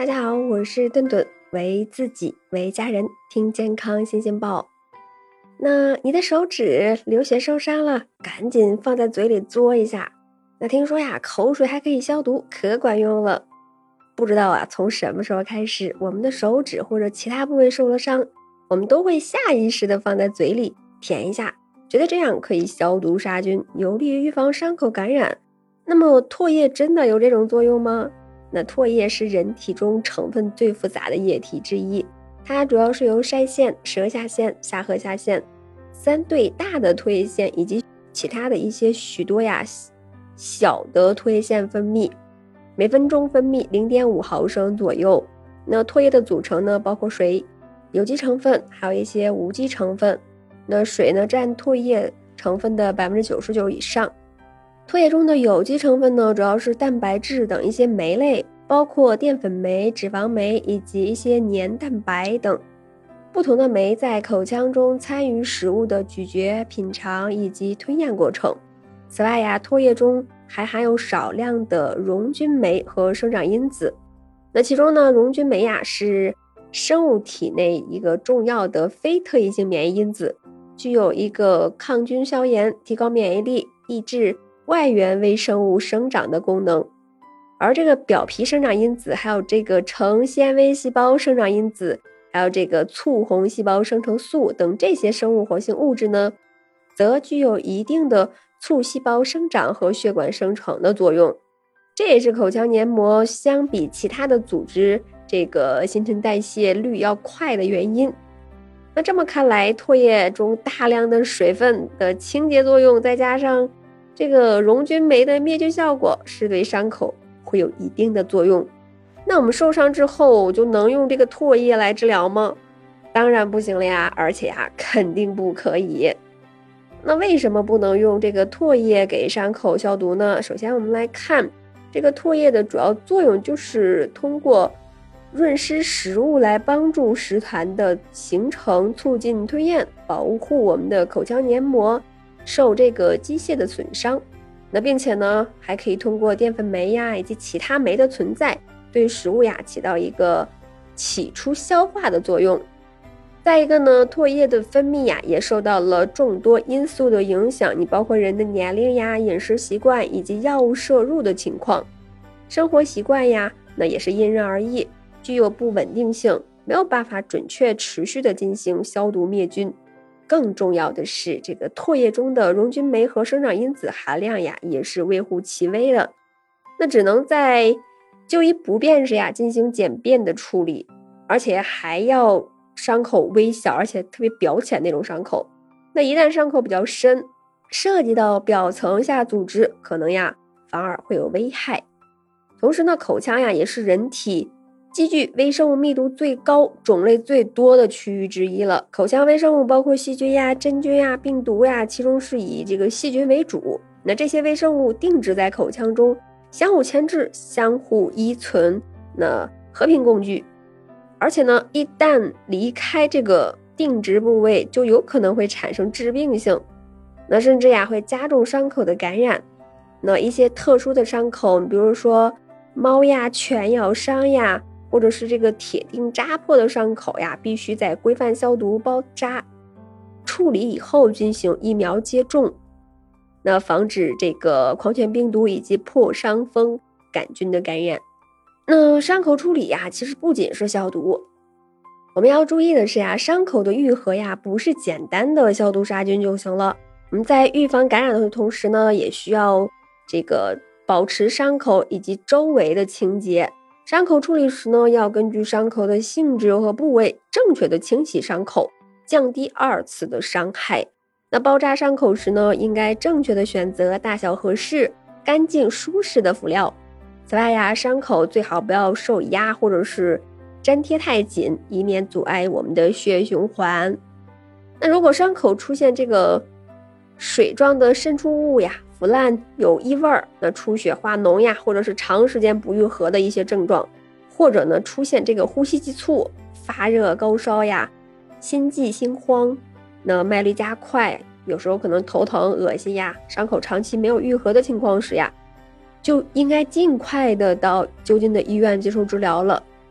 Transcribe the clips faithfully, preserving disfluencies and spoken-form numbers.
大家好，我是顿顿，为自己为家人听健康新鲜报。那你的手指流血受伤了，赶紧放在嘴里嘬一下。那听说呀，口水还可以消毒，可管用了。不知道啊，从什么时候开始，我们的手指或者其他部位受了伤，我们都会下意识的放在嘴里舔一下，觉得这样可以消毒杀菌，有利于预防伤口感染。那么唾液真的有这种作用吗？那唾液是人体中成分最复杂的液体之一，它主要是由腮腺、舌下腺、下颌下腺三对大的唾液腺以及其他的一些许多呀小的唾液腺分泌，每分钟分泌 零点五毫升左右。那唾液的组成呢，包括水、有机成分，还有一些无机成分。那水呢，占唾液成分的 百分之九十九 以上。唾液中的有机成分呢，主要是蛋白质等一些酶类，包括淀粉酶、脂肪酶以及一些黏蛋白等。不同的酶在口腔中参与食物的咀嚼、品尝以及吞咽过程。此外呀，唾液中还含有少量的溶菌酶和生长因子。那其中呢，溶菌酶呀是生物体内一个重要的非特异性免疫因子，具有一个抗菌消炎、提高免疫力、抑制外源微生物生长的功能。而这个表皮生长因子，还有这个成纤维细胞生长因子，还有这个促红细胞生成素等这些生物活性物质呢，则具有一定的促细胞生长和血管生成的作用。这也是口腔黏膜相比其他的组织这个新陈代谢率要快的原因。那这么看来，唾液中大量的水分的清洁作用，再加上这个溶菌酶的灭菌效果，是对伤口会有一定的作用。那我们受伤之后就能用这个唾液来治疗吗？当然不行了呀，而且呀，肯定不可以。那为什么不能用这个唾液给伤口消毒呢？首先我们来看这个唾液的主要作用，就是通过润湿食物来帮助食团的形成，促进吞咽，保护我们的口腔黏膜受这个机械的损伤。那并且呢，还可以通过淀粉酶呀以及其他酶的存在，对食物呀起到一个起出消化的作用。再一个呢，唾液的分泌呀也受到了众多因素的影响，你包括人的年龄呀、饮食习惯以及药物摄入的情况。生活习惯呀，那也是因人而异，具有不稳定性，没有办法准确持续的进行消毒灭菌。更重要的是，这个唾液中的溶菌酶和生长因子含量呀也是微乎其微的，那只能在就医不便时呀进行简便的处理，而且还要伤口微小而且特别表浅那种伤口。那一旦伤口比较深，涉及到表层下组织，可能呀反而会有危害。同时呢，口腔呀也是人体积聚微生物密度最高、种类最多的区域之一了。口腔微生物包括细菌呀、真菌呀、病毒呀，其中是以这个细菌为主。那这些微生物定植在口腔中，相互牵制、相互依存，那和平共居。而且呢，一旦离开这个定植部位，就有可能会产生致病性，那甚至呀会加重伤口的感染。那一些特殊的伤口，比如说猫呀、犬咬伤呀，或者是这个铁钉扎破的伤口呀，必须在规范消毒、包扎、处理以后进行疫苗接种，那防止这个狂犬病毒以及破伤风杆菌的感染。那伤口处理呀，其实不仅是消毒，我们要注意的是呀，伤口的愈合呀，不是简单的消毒杀菌就行了。我们在预防感染的同时呢，也需要这个保持伤口以及周围的清洁。伤口处理时呢，要根据伤口的性质和部位，正确的清洗伤口，降低二次的伤害。那包扎伤口时呢，应该正确的选择大小合适、干净舒适的辅料。此外呀，伤口最好不要受压或者是粘贴太紧，以免阻碍我们的血液循环。那如果伤口出现这个水状的渗出物呀、腐烂、有异味，那出血化脓呀，或者是长时间不愈合的一些症状，或者呢出现这个呼吸急促、发热、高烧呀、心悸、心慌，那脉率加快，有时候可能头疼、恶心呀，伤口长期没有愈合的情况时呀，就应该尽快的到就近的医院接受治疗了。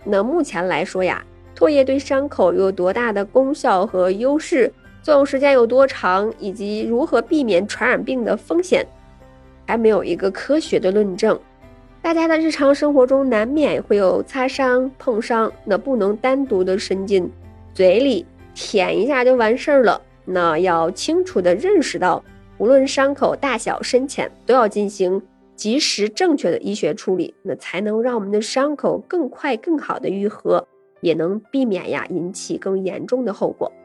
那目前来说呀，唾液对伤口有多大的功效和优势，作用时间有多长，以及如何避免传染病的风险，还没有一个科学的论证。大家的日常生活中难免会有擦伤、碰伤，那不能单独的伸进嘴里舔一下就完事儿了。那要清楚的认识到，无论伤口大小深浅，都要进行及时正确的医学处理，那才能让我们的伤口更快更好的愈合，也能避免呀引起更严重的后果。